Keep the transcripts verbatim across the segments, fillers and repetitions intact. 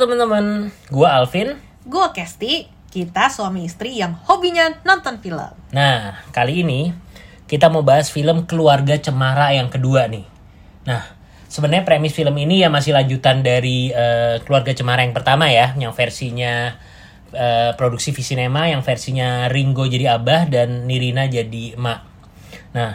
teman-teman, gua Alvin. Gua Kesti. Kita suami istri yang hobinya nonton film. Nah, kali ini kita mau bahas film Keluarga Cemara yang kedua nih. Nah, sebenarnya premis film ini ya masih lanjutan dari uh, Keluarga Cemara yang pertama ya, yang versinya uh, produksi Visinema, yang versinya Ringo jadi abah dan Nirina jadi emak. Nah,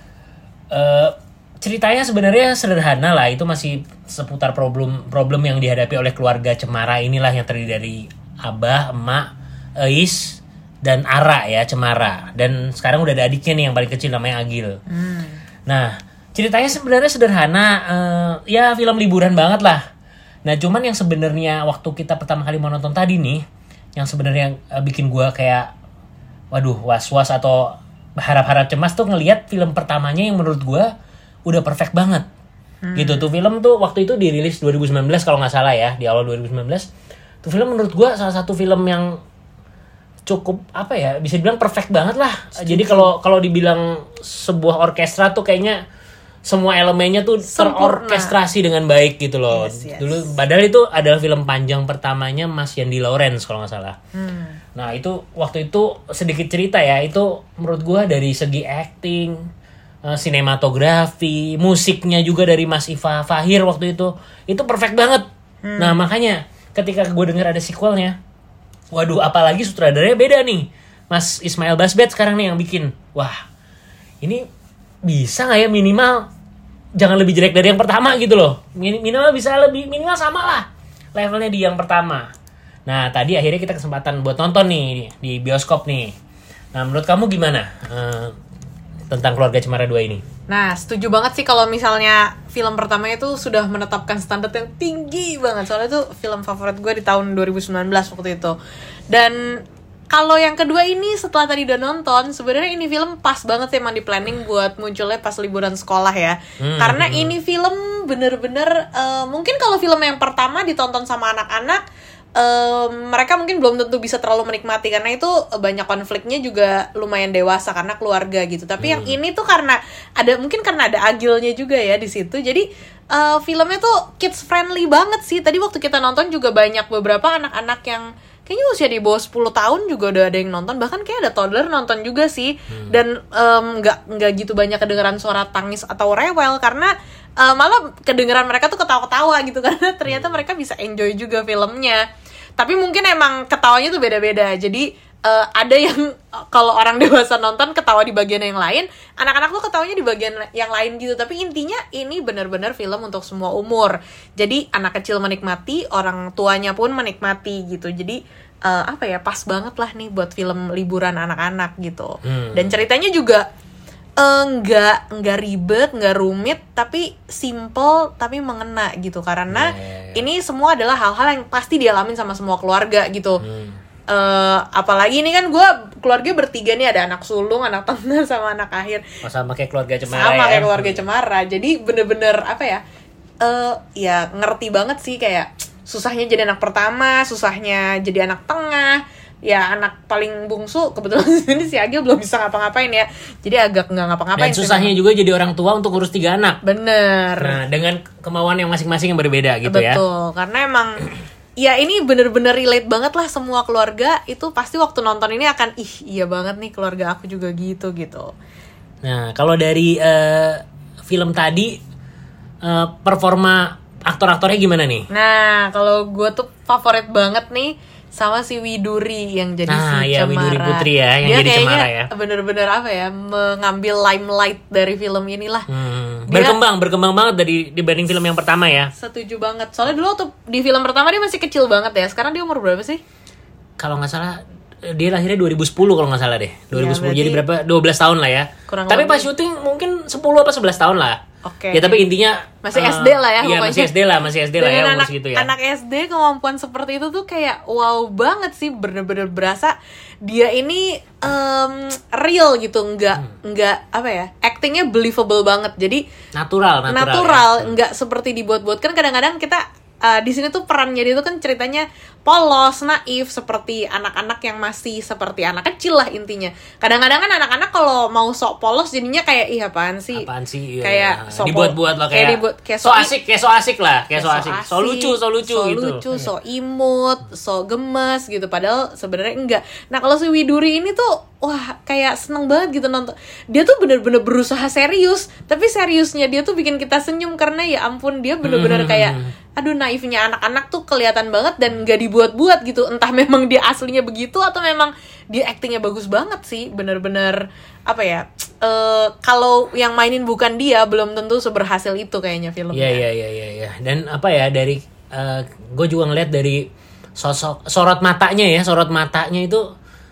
uh, ceritanya sebenarnya sederhana lah, itu masih seputar problem problem yang dihadapi oleh keluarga Cemara inilah, yang terdiri dari abah, emak, Eis, dan Ara ya, Cemara. Dan sekarang udah ada adiknya nih yang paling kecil namanya Agil. Hmm. Nah, ceritanya sebenarnya sederhana, uh, ya film liburan banget lah. Nah, cuman yang sebenarnya waktu kita pertama kali mau nonton tadi nih, yang sebenarnya uh, bikin gua kayak waduh, was-was atau harap-harap cemas tuh ngelihat film pertamanya yang menurut gua udah perfect banget. Hmm. Gitu tuh film tuh waktu itu dirilis dua ribu sembilan belas kalau nggak salah ya, di awal dua ribu sembilan belas. Tuh film menurut gua salah satu film yang cukup apa ya, bisa dibilang perfect banget lah. Setuju. Jadi kalau kalau dibilang sebuah orkestra tuh kayaknya semua elemennya tuh sempurna, terorkestrasi dengan baik gitu loh. Yes, yes. Dulu padahal itu adalah film panjang pertamanya Mas Yandi Lawrence kalau nggak salah. Hmm. Nah itu waktu itu sedikit cerita ya, itu menurut gua dari segi acting, sinematografi, musiknya juga dari Mas Iva Fahir waktu itu, itu perfect banget. Hmm. Nah makanya ketika gue dengar ada sequelnya, waduh, apalagi sutradaranya beda nih, Mas Ismail Basbet sekarang nih yang bikin. Wah, ini bisa nggak ya minimal jangan lebih jelek dari yang pertama gitu loh. Minimal bisa lebih, minimal sama lah levelnya di yang pertama. Nah tadi akhirnya kita kesempatan buat nonton nih di bioskop nih. Nah menurut kamu gimana uh, tentang Keluarga Cemara dua ini? Nah, setuju banget sih kalau misalnya film pertamanya itu sudah menetapkan standar yang tinggi banget. Soalnya itu film favorit gue di tahun dua ribu sembilan belas waktu itu. Dan kalau yang kedua ini setelah tadi udah nonton, sebenarnya ini film pas banget sih emang di planning buat munculnya pas liburan sekolah ya. Hmm. Karena ini film bener-bener uh, mungkin kalau film yang pertama ditonton sama anak-anak, Um, mereka mungkin belum tentu bisa terlalu menikmati karena itu banyak konfliknya juga lumayan dewasa karena keluarga gitu. Tapi hmm. yang ini tuh karena ada mungkin karena ada Agilnya juga ya di situ. Jadi uh, filmnya tuh kids friendly banget sih. Tadi waktu kita nonton juga banyak beberapa anak-anak yang kayaknya usia di bawah sepuluh tahun juga udah ada yang nonton. Bahkan kayak ada toddler nonton juga sih. Hmm. Dan nggak um, nggak gitu banyak kedengeran suara tangis atau rewel karena uh, malah kedengeran mereka tuh ketawa-ketawa gitu karena ternyata mereka bisa enjoy juga filmnya. Tapi mungkin emang ketawanya tuh beda-beda. Jadi uh, ada yang kalau orang dewasa nonton ketawa di bagian yang lain, anak-anak tuh ketawanya di bagian yang lain gitu. Tapi intinya ini benar-benar film untuk semua umur. Jadi anak kecil menikmati, orang tuanya pun menikmati gitu. Jadi uh, apa ya, pas banget lah nih buat film liburan anak-anak gitu. Hmm. Dan ceritanya juga enggak uh, enggak ribet, enggak rumit, tapi simple tapi mengena gitu. Karena yeah. ini semua adalah hal-hal yang pasti dialamin sama semua keluarga gitu. Hmm. Uh, apalagi ini kan gue keluarga bertiga nih, ada anak sulung, anak tengah, sama anak akhir. Oh, sama kayak keluarga Cemara. Sama ya? kayak keluarga Cemara. Jadi bener-bener apa ya? Uh, ya ngerti banget sih kayak susahnya jadi anak pertama, susahnya jadi anak tengah. Ya anak paling bungsu kebetulan ini si Agil belum bisa ngapa-ngapain ya, jadi agak nggak ngapa-ngapain. Dan susahnya sih, juga jadi orang tua untuk ngurus tiga anak. Bener. Nah dengan kemauan yang masing-masing yang berbeda gitu. Betul, ya. Betul, karena emang ya ini bener-bener relate banget lah, semua keluarga itu pasti waktu nonton ini akan ih iya banget nih keluarga aku juga gitu gitu. Nah kalau dari uh, film tadi uh, performa aktor-aktornya gimana nih? Nah kalau gue tuh favorit banget nih sama si Widuri yang jadi nah, si ya, Cemara. Widuri Putri ya yang dia jadi Cemara ya. Bener-bener apa ya, mengambil limelight dari film inilah. Hmm. Berkembang, berkembang banget dari dibanding film yang pertama ya. Setuju banget. Soalnya dulu waktu di film pertama dia masih kecil banget ya. Sekarang dia umur berapa sih? Kalau nggak salah dia lahirnya dua ribu sepuluh kalau nggak salah deh. dua ribu sepuluh ya, jadi berapa? dua belas tahun lah ya. Kurang tapi lebih. Pas syuting mungkin sepuluh apa sebelas tahun lah. Oke. Okay. Ya tapi intinya masih uh, S D lah ya. Iya masih S D lah, masih S D lah ya umur anak, segitu ya. Anak S D kemampuan seperti itu tuh kayak wow banget sih, bener-bener berasa dia ini um, real gitu, nggak hmm. nggak apa ya, actingnya believable banget. Jadi natural, natural. Natural, ya. Nggak seperti dibuat-buat kan kadang-kadang kita uh, di sini tuh perannya dia tuh kan ceritanya polos, naif, seperti anak-anak yang masih seperti anak kecil lah intinya. Kadang-kadang kan anak-anak kalau mau sok polos jadinya kayak ih apaan sih? Apaan sih? Iya, kayak iya. sok dibuat-buat lah kayak, kayak, dibuat, kayak so asik, kayak so asik lah, kayak, kayak so asik, so lucu, so lucu so gitu. lucu, so imut, so gemes gitu. Padahal sebenarnya enggak. Nah kalau si Widuri ini tuh wah kayak seneng banget gitu nonton. Dia tuh bener-bener berusaha serius, tapi seriusnya dia tuh bikin kita senyum karena ya ampun dia bener-bener Hmm. kayak aduh naifnya anak-anak tuh kelihatan banget dan gak dibuat-buat gitu. Entah memang dia aslinya begitu atau memang dia aktingnya bagus banget sih. Bener-bener apa ya? Uh, kalau yang mainin bukan dia belum tentu seberhasil itu kayaknya filmnya. Iya iya iya iya. Ya. Dan apa ya dari uh, gue juga ngeliat dari sosok sorot matanya ya, sorot matanya itu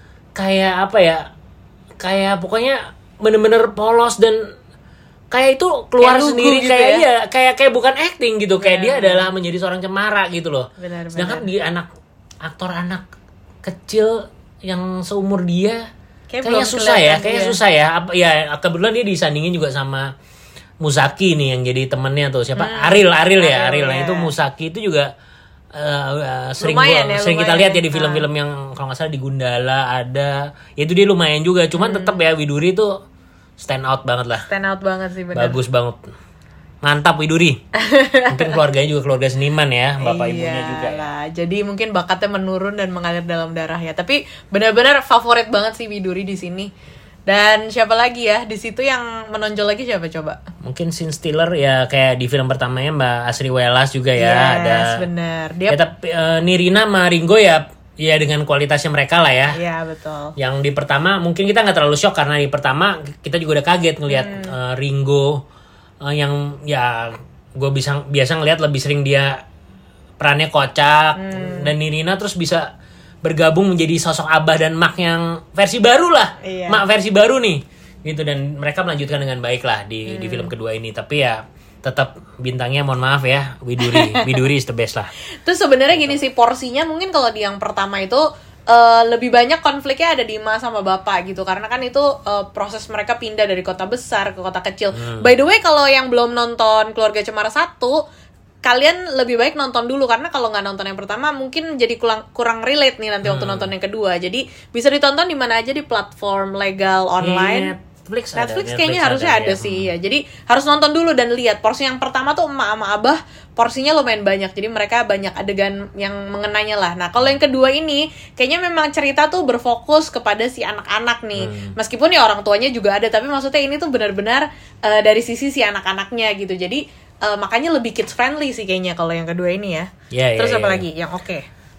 kayak apa ya? Kayak pokoknya bener-bener polos dan kayak itu keluar Kayak lugu sendiri gitu kayak ya? iya kayak kayak bukan acting gitu, kayak Benar, dia adalah menjadi seorang cemara gitu loh. Benar, Sedangkan benar. di anak aktor anak kecil yang seumur dia Kayak kayaknya belum susah ya, kelihatan kayaknya dia. susah ya. Apa ya kebetulan dia disandingin juga sama Musaki nih yang jadi temennya tuh siapa? Hmm, Aril, Aril ya, Aril. Aril, Nah, ya. itu Musaki itu juga uh, uh, sering Lumayan gua, ya, sering kita lumayan. lihat ya di film-film yang kalau nggak salah di Gundala ada. Ya itu dia lumayan juga, cuman Hmm. tetap ya Widuri tuh stand out banget lah. Stand out banget sih bener. Bagus banget. Mantap Widuri. Mungkin keluarganya juga keluarga seniman ya, bapak ibunya juga. Iyalah, jadi mungkin bakatnya menurun dan mengalir dalam darah ya. Tapi benar-benar favorit banget sih Widuri di sini. Dan siapa lagi ya di situ yang menonjol lagi siapa coba? Mungkin scene stealer ya kayak di film pertamanya Mbak Asri Welas juga ya Yes, ada. bener. Ya, Dia tapi uh, Nirina sama Ringo ya ya dengan kualitasnya mereka lah ya. Iya, betul. Yang di pertama mungkin kita nggak terlalu shock karena di pertama kita juga udah kaget ngelihat Hmm. uh, Ringo uh, yang ya gue bisa biasa ngelihat lebih sering dia perannya kocak Hmm. dan Nirina terus bisa bergabung menjadi sosok Abah dan Mak yang versi baru lah. Iya. Mak versi baru nih. Gitu dan mereka melanjutkan dengan baik lah di di Hmm. film kedua ini. Tapi ya tetap bintangnya mohon maaf ya Widuri. Widuri is the best lah. Terus sebenarnya gini sih porsinya mungkin kalau di yang pertama itu uh, lebih banyak konfliknya ada di emak sama bapak gitu karena kan itu uh, proses mereka pindah dari kota besar ke kota kecil. Hmm. By the way kalau yang belum nonton Keluarga Cemara satu kalian lebih baik nonton dulu karena kalau nggak nonton yang pertama mungkin jadi kurang kurang relate nih nanti waktu Hmm. nonton yang kedua. Jadi bisa ditonton di mana aja di platform legal online. Netflix, ada, Netflix kayaknya harusnya ada, ya. sih ya. Jadi harus nonton dulu dan lihat porsi yang pertama tuh emak sama abah porsinya lumayan banyak. Jadi mereka banyak adegan yang mengenanya lah. Nah, kalau yang kedua ini kayaknya memang cerita tuh berfokus kepada si anak-anak nih. Hmm. Meskipun ya orang tuanya juga ada, tapi maksudnya ini tuh benar-benar uh, dari sisi si anak-anaknya gitu. Jadi uh, makanya lebih kids friendly sih kayaknya kalau yang kedua ini ya. Ya, Terus ya, apa ya. lagi yang oke?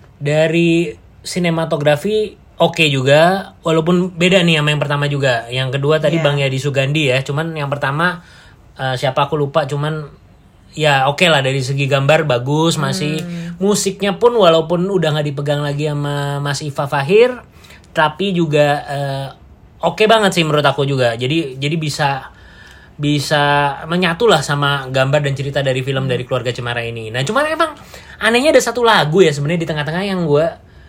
Dari sinematografi oke juga, walaupun beda nih sama yang pertama juga. Yang kedua tadi Iya. Bang Yadi Sugandi ya, cuman yang pertama eh, siapa aku lupa, cuman ya oke lah dari segi gambar bagus, masih musiknya pun walaupun udah nggak dipegang lagi sama Mas Iva Fahir, tapi juga eh, oke banget sih menurut aku juga. Jadi jadi bisa bisa menyatu lah sama gambar dan cerita dari film dari Keluarga Cemara ini. Nah cuman emang anehnya ada satu lagu ya sebenarnya di tengah-tengah yang gue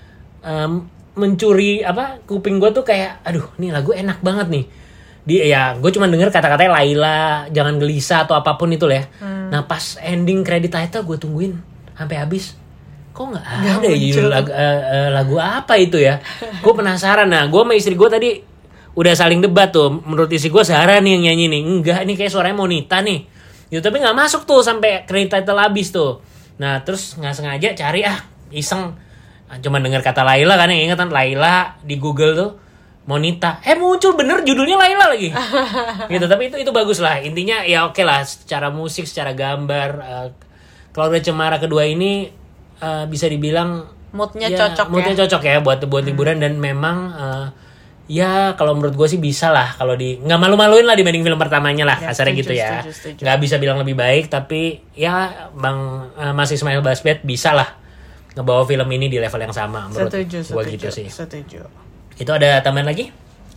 um, mencuri apa kuping gue tuh kayak aduh nih lagu enak banget nih. Dia ya gue cuma denger kata-katanya Laila jangan gelisah atau apapun itu lah ya. Hmm. Nah pas ending credit title gue tungguin sampai habis. Kok nggak Nggak ada ya muncul. judul lagu, eh, eh, lagu apa itu ya? Gue penasaran. Nah gue sama istri gue tadi udah saling debat tuh. Menurut istri gue Zahra nih yang nyanyi nih. Enggak, ini kayak suaranya Monita nih. Ya, tapi nggak masuk tuh sampai credit title habis tuh. Nah terus nggak sengaja cari ah iseng. Cuma denger kata Laila kan yang inget kan Laila di Google tuh Monita. Eh muncul bener judulnya Laila lagi. Gitu. Tapi itu itu bagus lah. Intinya ya oke lah. Secara musik, secara gambar. Uh, Keluarga Cemara kedua ini uh, bisa dibilang Moodnya ya, cocok moodnya ya. cocok ya buat buat liburan dan memang uh, ya kalau menurut gue sih bisa lah kalau di nggak malu-maluin lah dibanding film pertamanya lah Ya, kasarnya setuju, gitu ya setuju, setuju. nggak bisa bilang lebih baik tapi ya Bang uh, Mas Ismail Basbet bisa lah ngebawa film ini di level yang sama menurut Setuju, gue setuju, gitu sih. setuju. Itu ada tambahan lagi?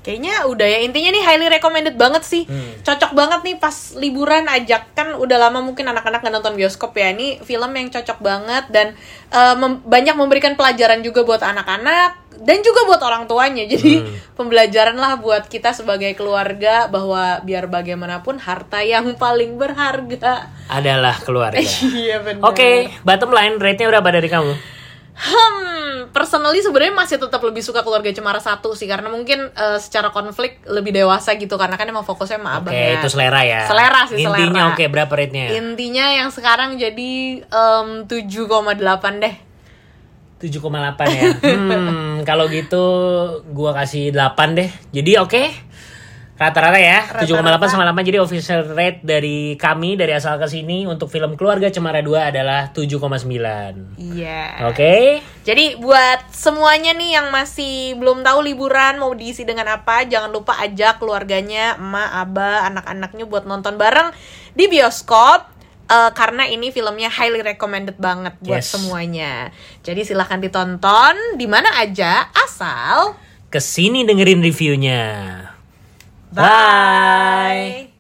Kayaknya udah ya, intinya nih highly recommended banget sih. hmm. Cocok banget nih pas liburan, ajak kan udah lama mungkin anak-anak gak nonton bioskop ya. Ini film yang cocok banget dan uh, mem- banyak memberikan pelajaran juga buat anak-anak dan juga buat orang tuanya. Jadi hmm. pembelajaran lah buat kita sebagai keluarga bahwa biar bagaimanapun harta yang paling berharga adalah keluarga. Iya benar. Oke, okay, bottom line rate-nya berapa dari kamu? Hmm, personally sebenarnya masih tetap lebih suka Keluarga Cemara satu sih, karena mungkin uh, secara konflik lebih dewasa gitu, karena kan emang fokusnya sama abang. Oke, okay, itu selera ya. Selera sih, Intinya, selera. Intinya oke, okay, berapa rate-nya? Intinya yang sekarang jadi um, tujuh koma delapan deh. tujuh koma delapan ya. Hmm, kalau gitu gua kasih delapan deh. Jadi oke. Okay. Rata-rata ya, Rata-rata. tujuh koma delapan sama delapan. Jadi official rate dari kami dari Asal Kesini untuk film Keluarga Cemara dua adalah tujuh koma sembilan. Iya. Oke. Okay. Jadi buat semuanya nih yang masih belum tahu liburan mau diisi dengan apa, jangan lupa ajak keluarganya, emak, abah, anak-anaknya buat nonton bareng di bioskop. Uh, karena ini filmnya highly recommended banget buat yes. semuanya. Jadi silahkan ditonton di mana aja asal kesini dengerin reviewnya. Bye. Bye.